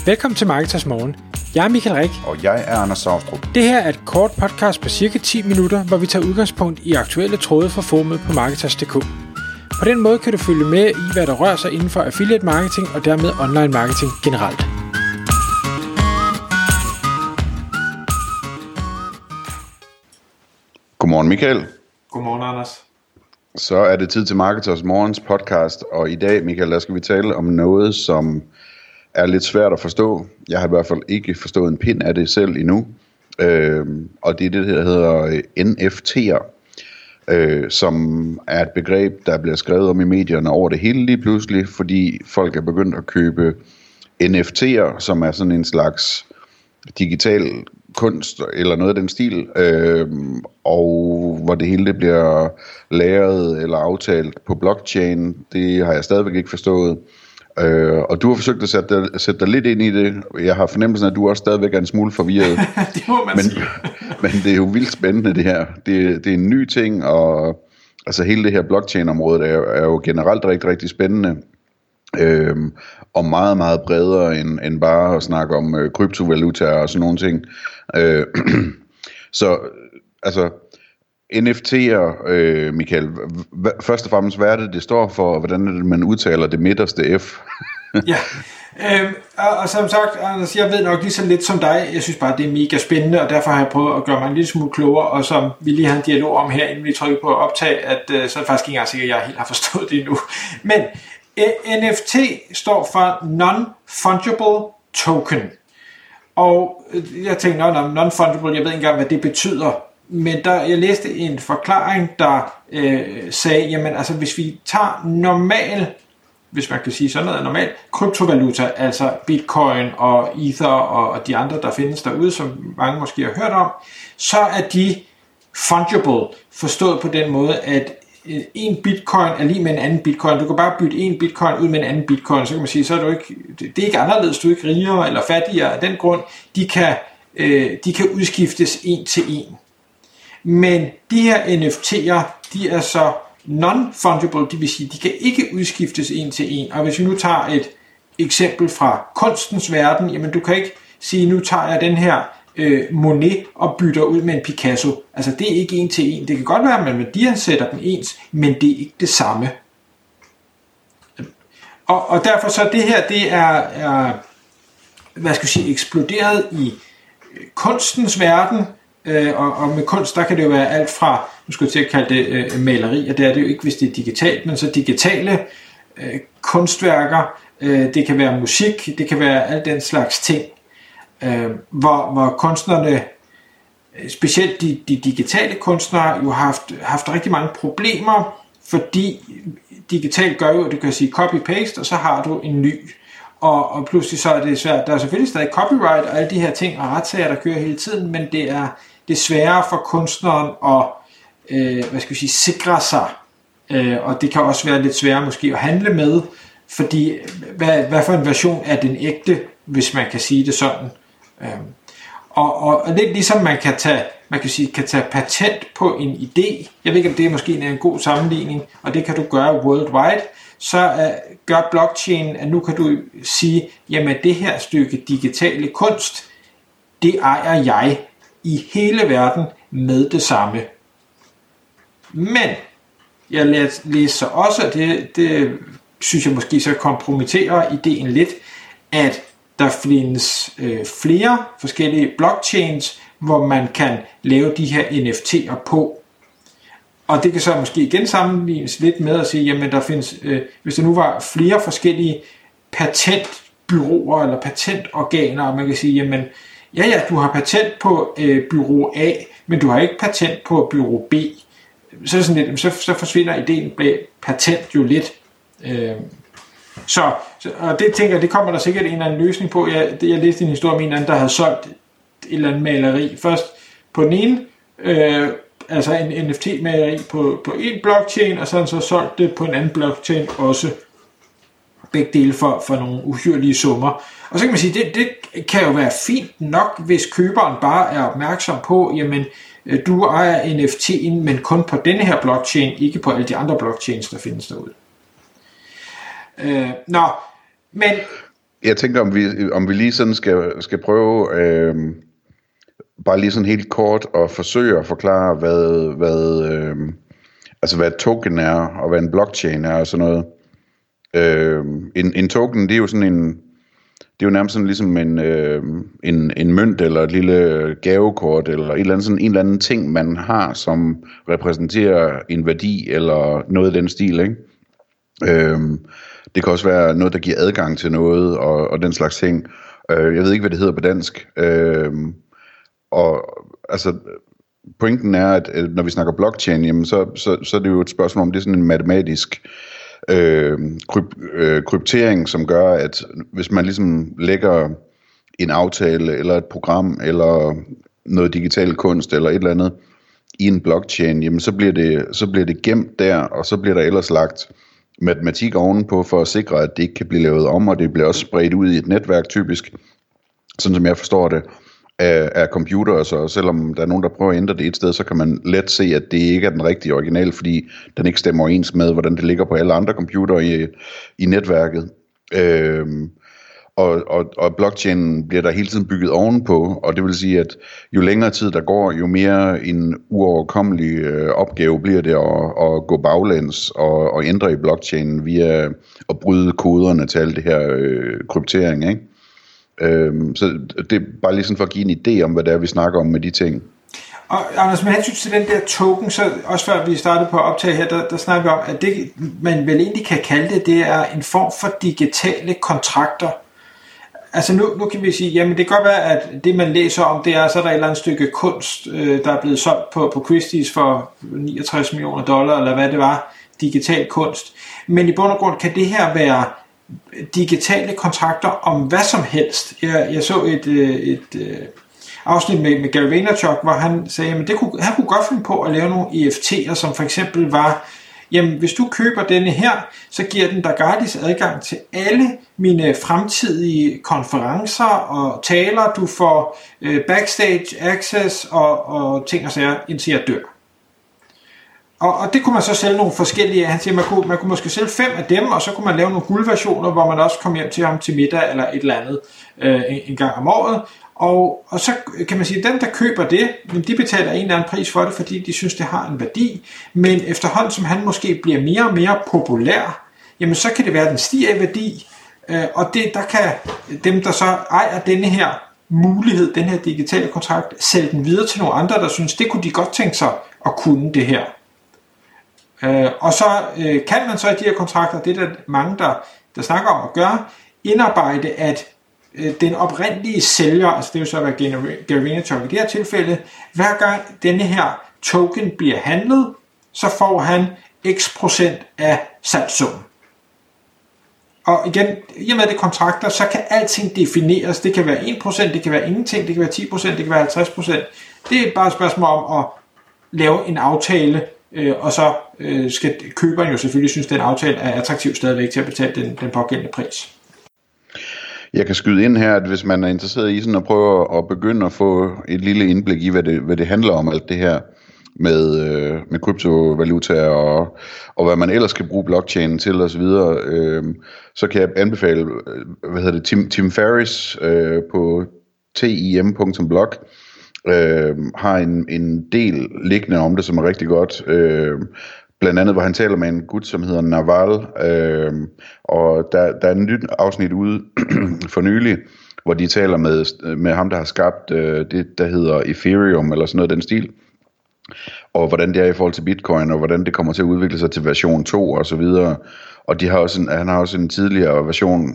Velkommen til Marketers Morgen. Jeg er Michael Rik. Og jeg er Anders Saustrup. Det her er et kort podcast på cirka 10 minutter, hvor vi tager udgangspunkt i aktuelle tråde fra forumet på Marketers.dk. På den måde kan du følge med i, hvad der rører sig inden for affiliate marketing og dermed online marketing generelt. Godmorgen Michael. Godmorgen Anders. Så er det tid til Marketers Morgens podcast, og i dag, Michael, der skal vi tale om noget, som er lidt svært at forstå. Jeg har i hvert fald ikke forstået en pind af det selv endnu. Og det er det, der hedder NFT'er, som er et begreb, der bliver skrevet om i medierne over det hele lige pludselig, fordi folk er begyndt at købe NFT'er, som er sådan en slags digital kunst eller noget af den stil, og hvor det hele bliver lagret eller aftalt på blockchain. Det har jeg stadigvæk ikke forstået. Og du har forsøgt at sætte dig lidt ind i det. Jeg har fornemmelsen, at du også stadigvæk er en smule forvirret. Det må man sige. Men det er jo vildt spændende det her. Det er en ny ting, og altså hele det her blockchain-område er jo generelt rigtig, rigtig spændende. Og meget, meget bredere end bare at snakke om kryptovalutaer og sådan nogle ting. Så altså NFT'er, Michael, først og fremmest, hvad er det står for, og hvordan er det, man udtaler det midterste F? Ja, og som sagt, Anders, jeg ved nok lige så lidt som dig. Jeg synes bare, det er mega spændende, og derfor har jeg prøvet at gøre mig en lille smule klogere, og som vi lige har en dialog om her, inden vi trykker på at optage, at så er det faktisk ikke engang sikkert, at jeg helt har forstået det endnu. Men NFT står for Non-Fungible Token. Og jeg tænkte, non-fungible, jeg ved ikke engang, hvad det betyder. Men jeg læste en forklaring, der sagde, jamen altså hvis vi tager normal, hvis man kan sige sådan noget normal, kryptovaluta, altså bitcoin og ether og de andre, der findes derude, som mange måske har hørt om, så er de fungible, forstået på den måde, at en bitcoin er lige med en anden bitcoin. Du kan bare bytte en bitcoin ud med en anden bitcoin, så kan man sige, så er du ikke, det er ikke anderledes, du er ikke rigere eller fattigere af den grund. De kan udskiftes en til en. Men de her NFT'er, de er så non-fungible, det vil sige, de kan ikke udskiftes en til en. Og hvis vi nu tager et eksempel fra kunstens verden, jamen du kan ikke sige, nu tager jeg den her Monet og bytter ud med en Picasso. Altså det er ikke en til en. Det kan godt være, at man værdiansætter dem ens, men det er ikke det samme. Og derfor så det her, det er hvad skal jeg sige, eksploderet i kunstens verden. Og med kunst, der kan det jo være alt fra, nu skal jeg til at kalde det maleri, og det er det jo ikke, hvis det er digitalt, men så digitale kunstværker, det kan være musik, det kan være alt den slags ting, hvor kunstnerne, specielt de digitale kunstnere, jo har haft rigtig mange problemer, fordi digitalt gør jo, det kan sige copy-paste, og så har du en ny. Og pludselig så er det svært. Der er selvfølgelig stadig copyright og alle de her ting og retssager, der kører hele tiden, men det er sværere for kunstneren at sikre sig. Og det kan også være lidt sværere måske at handle med, fordi hvad for en version er den ægte, hvis man kan sige det sådan. Og lidt ligesom man kan tage patent på en idé. Jeg ved ikke, om det er måske en god sammenligning, og det kan du gøre worldwide. Så gør blockchain, at nu kan du sige, jamen det her stykke digitale kunst, det ejer jeg i hele verden med det samme. Men jeg læser også, og det synes jeg måske så kompromitterer ideen lidt, at der findes flere forskellige blockchains, hvor man kan lave de her NFT'er på. Og det kan så måske igen sammenlignes lidt med at sige, jamen der findes, hvis der nu var flere forskellige patentbyråer eller patentorganer, og man kan sige, jamen ja, du har patent på bureau A, men du har ikke patent på bureau B. Så er det sådan lidt, så forsvinder ideen bag patent jo lidt. Og det tænker jeg, det kommer der sikkert en eller anden løsning på. Jeg læste en historie om en eller anden, der havde solgt et eller andet maleri. Først på den ene, altså en NFT-maleri på en blockchain, og så har han så solgt det på en anden blockchain også. Begge dele for nogle uhyrlige summer. Og så kan man sige, det kan jo være fint nok, hvis køberen bare er opmærksom på, jamen du ejer NFT'en, men kun på denne her blockchain, ikke på alle de andre blockchains, der findes derude. Men Jeg tænker, om vi lige sådan skal prøve bare lige sådan helt kort at forsøge at forklare, hvad et token er, og hvad en blockchain er og sådan noget. En token, det er jo sådan det er jo nærmest sådan ligesom en mønt eller et lille gavekort eller en eller anden ting, man har, som repræsenterer en værdi eller noget af den stil, ikke? Det kan også være noget, der giver adgang til noget og den slags ting. Jeg ved ikke, hvad det hedder på dansk. Og altså, pointen er, at når vi snakker blockchain, jamen, så er det jo et spørgsmål om, det er sådan en matematisk kryptering, som gør, at hvis man ligesom lægger en aftale, eller et program, eller noget digital kunst, eller et eller andet, i en blockchain, jamen så bliver det gemt der, og så bliver der ellers lagt matematik ovenpå, for at sikre, at det ikke kan blive lavet om, og det bliver også spredt ud i et netværk typisk, sådan som jeg forstår det, af computere, så selvom der er nogen, der prøver at ændre det et sted, så kan man let se, at det ikke er den rigtige original, fordi den ikke stemmer overens med, hvordan det ligger på alle andre computere i netværket. Og blockchainen bliver der hele tiden bygget ovenpå, og det vil sige, at jo længere tid der går, jo mere en uoverkommelig opgave bliver det at gå baglæns og ændre i blockchainen via at bryde koderne til alt det her kryptering, ikke? Så det er bare lige sådan for at give en idé om, hvad det er, vi snakker om med de ting. Og Anders, med hensyn til den der token, så også før vi startede på at optage her, der snakker vi om, at det, man vel egentlig kan kalde det er en form for digitale kontrakter. Altså nu kan vi sige, jamen det kan godt være, at det man læser om, det er, så er der et eller andet stykke kunst, der er blevet solgt på Christie's for $69 millioner, eller hvad det var, digital kunst. Men i bund og grund kan det her være digitale kontrakter om hvad som helst. Jeg så et afsnit med Gary Vaynerchuk, hvor han sagde, at han kunne godt finde på at lave nogle EFT'er, som for eksempel var, jamen hvis du køber denne her, så giver den dig gratis adgang til alle mine fremtidige konferencer og taler. Du får backstage access og ting og sager, indtil jeg dør. Og det kunne man så sælge nogle forskellige. Han siger, man kunne måske sælge 5 af dem, og så kunne man lave nogle guldversioner, hvor man også kom hjem til ham til middag eller et eller andet en gang om året. Og så kan man sige, at dem, der køber det, de betaler en eller anden pris for det, fordi de synes, det har en værdi. Men efterhånden, som han måske bliver mere og mere populær, jamen så kan det være, at den stiger i værdi. Og der kan dem, der så ejer denne her mulighed, den her digitale kontrakt, sælge den videre til nogle andre, der synes, det kunne de godt tænke sig at kunne det her. Og så kan man så i de her kontrakter, det er der mange, der snakker om at gøre, indarbejde, at den oprindelige sælger, altså det vil så være Gary Vaynerchuk i det her tilfælde, hver gang denne her token bliver handlet, så får han x% af salgssummen. Og igen, i og med det kontrakter, så kan alting defineres. Det kan være 1%, det kan være ingenting, det kan være 10%, det kan være 50%. Det er bare et spørgsmål om at lave en aftale, og så skal køberen jo selvfølgelig synes, at den aftale er attraktiv stadigvæk til at betale den pågældende pris. Jeg kan skyde ind her, at hvis man er interesseret i sådan at prøve at begynde at få et lille indblik i, hvad det handler om, alt det her med kryptovalutaer og hvad man ellers kan bruge blockchain til osv., så kan jeg anbefale, Tim Ferriss på tim.blog har en del liggende om det, som er rigtig godt. Blandt andet, hvor han taler med en gut, som hedder Naval, og der er en nyt afsnit ude for nylig, hvor de taler med ham, der har skabt det, der hedder Ethereum, eller sådan noget den stil, og hvordan det er i forhold til Bitcoin, og hvordan det kommer til at udvikle sig til version 2 og så videre. Og han har også en tidligere version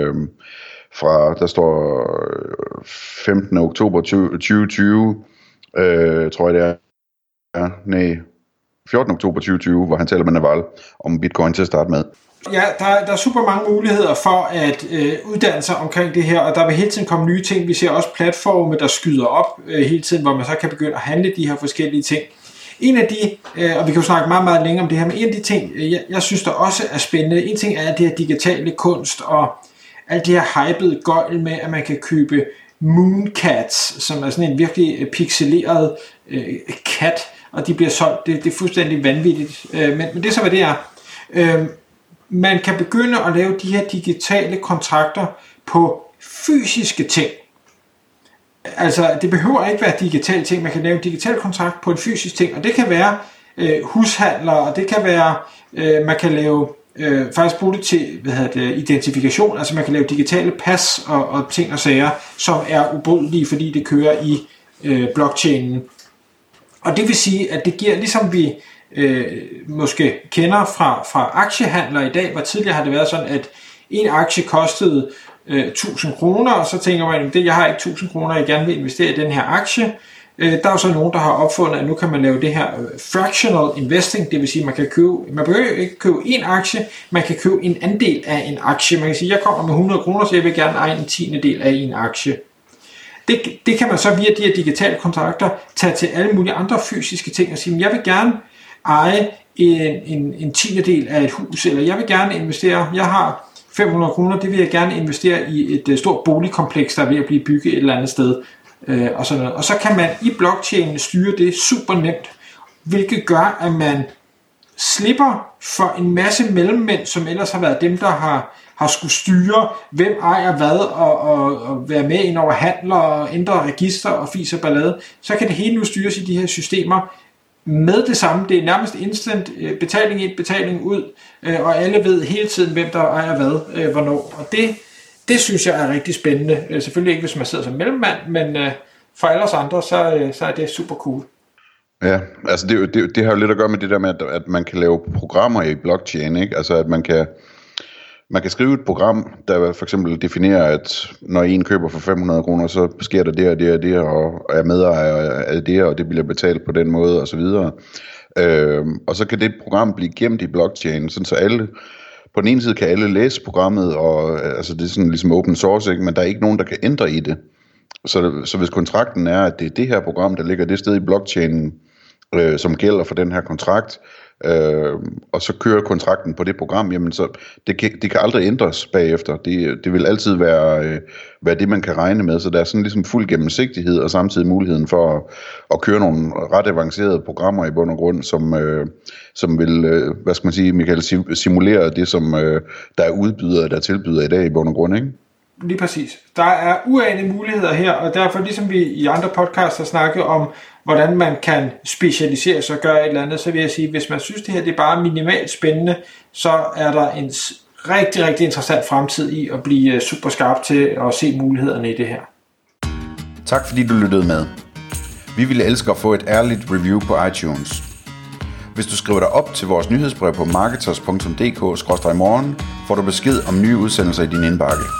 fra, der står 15. oktober 2020, tror jeg det er. Ja, 14. oktober 2020, hvor han taler med Naval om Bitcoin til at starte med. Ja, der er super mange muligheder for at uddanne sig omkring det her, og der vil hele tiden komme nye ting. Vi ser også platforme, der skyder op hele tiden, hvor man så kan begynde at handle de her forskellige ting. En af de, og vi kan jo snakke meget, meget længere om det her, men en af de ting, jeg synes der også er spændende, en ting er det her digitale kunst, og alt det her hypede gøjl med, at man kan købe mooncats, som er sådan en virkelig pixeleret kat, og de bliver solgt. Det er fuldstændig vanvittigt. Men det er så, hvad det er. man kan begynde at lave de her digitale kontrakter på fysiske ting. Altså, det behøver ikke være digitale ting. Man kan lave en digital kontrakt på en fysisk ting, og det kan være hushandler, og det kan være, man kan lave, faktisk bruge det til identifikation, altså man kan lave digitale pas og ting og sager, som er ubrydelige, fordi det kører i blockchainen. Og det vil sige, at det giver, ligesom vi måske kender fra aktiehandler i dag, hvor tidligere har det været sådan, at en aktie kostede 1000 kroner, og så tænker man, jeg har ikke 1000 kroner, jeg gerne vil investere i den her aktie. Der er jo så nogen, der har opfundet, at nu kan man lave det her fractional investing, det vil sige, man behøver ikke købe en aktie, man kan købe en andel af en aktie. Man kan sige, jeg kommer med 100 kroner, så jeg vil gerne eje en tiendedel af en aktie. Det kan man så via de her digitale kontrakter tage til alle mulige andre fysiske ting og sige, jeg vil gerne eje en tiendedel af et hus, eller jeg vil gerne investere, jeg har 500 kroner, det vil jeg gerne investere i et stort boligkompleks, der er ved at blive bygget et eller andet sted. Og sådan noget. Og så kan man i blockchainen styre det super nemt, hvilket gør, at man slipper for en masse mellemmænd, som ellers har været dem, der har skulle styre, hvem ejer hvad, og være med ind over handler, og ændre register og fis og ballade. Så kan det hele nu styres i de her systemer med det samme. Det er nærmest instant betaling ind, betaling ud, og alle ved hele tiden, hvem der ejer hvad, hvornår. Og det synes jeg er rigtig spændende. Selvfølgelig ikke, hvis man sidder som mellemmand, men for alle os andre, så er det super cool. Ja, altså det har jo lidt at gøre med det der med, at man kan lave programmer i blockchain, ikke? Altså at man kan skrive et program, der for eksempel definerer, at når en køber for 500 kroner, så sker der det og det og det, og er medejer af det, og det bliver betalt på den måde, og så videre. Og så kan det program blive gemt i blockchain, sådan så alle, på den ene side kan alle læse programmet, og altså det er sådan ligesom open source, ikke? Men der er ikke nogen, der kan ændre i det. Så hvis kontrakten er, at det er det her program, der ligger det sted i blockchainen, som gælder for den her kontrakt, og så kører kontrakten på det program, jamen så det kan aldrig ændres bagefter. Det vil altid være det, man kan regne med. Så der er sådan ligesom fuld gennemsigtighed, og samtidig muligheden for at køre nogle ret avancerede programmer i bund og grund, som vil, hvad skal man sige, Michael, simulere det, som der er udbydere, der tilbyder i dag i bund og grund, ikke? Lige præcis. Der er uanede muligheder her, og derfor ligesom vi i andre podcasts har snakket om, hvordan man kan specialisere sig og gøre et eller andet, så vil jeg sige, hvis man synes, det her det er bare minimalt spændende, så er der en rigtig, rigtig interessant fremtid i at blive super skarp til at se mulighederne i det her. Tak fordi du lyttede med. Vi ville elske at få et ærligt review på iTunes. Hvis du skriver dig op til vores nyhedsbrev på marketers.dk/morgen, får du besked om nye udsendelser i din indbakke.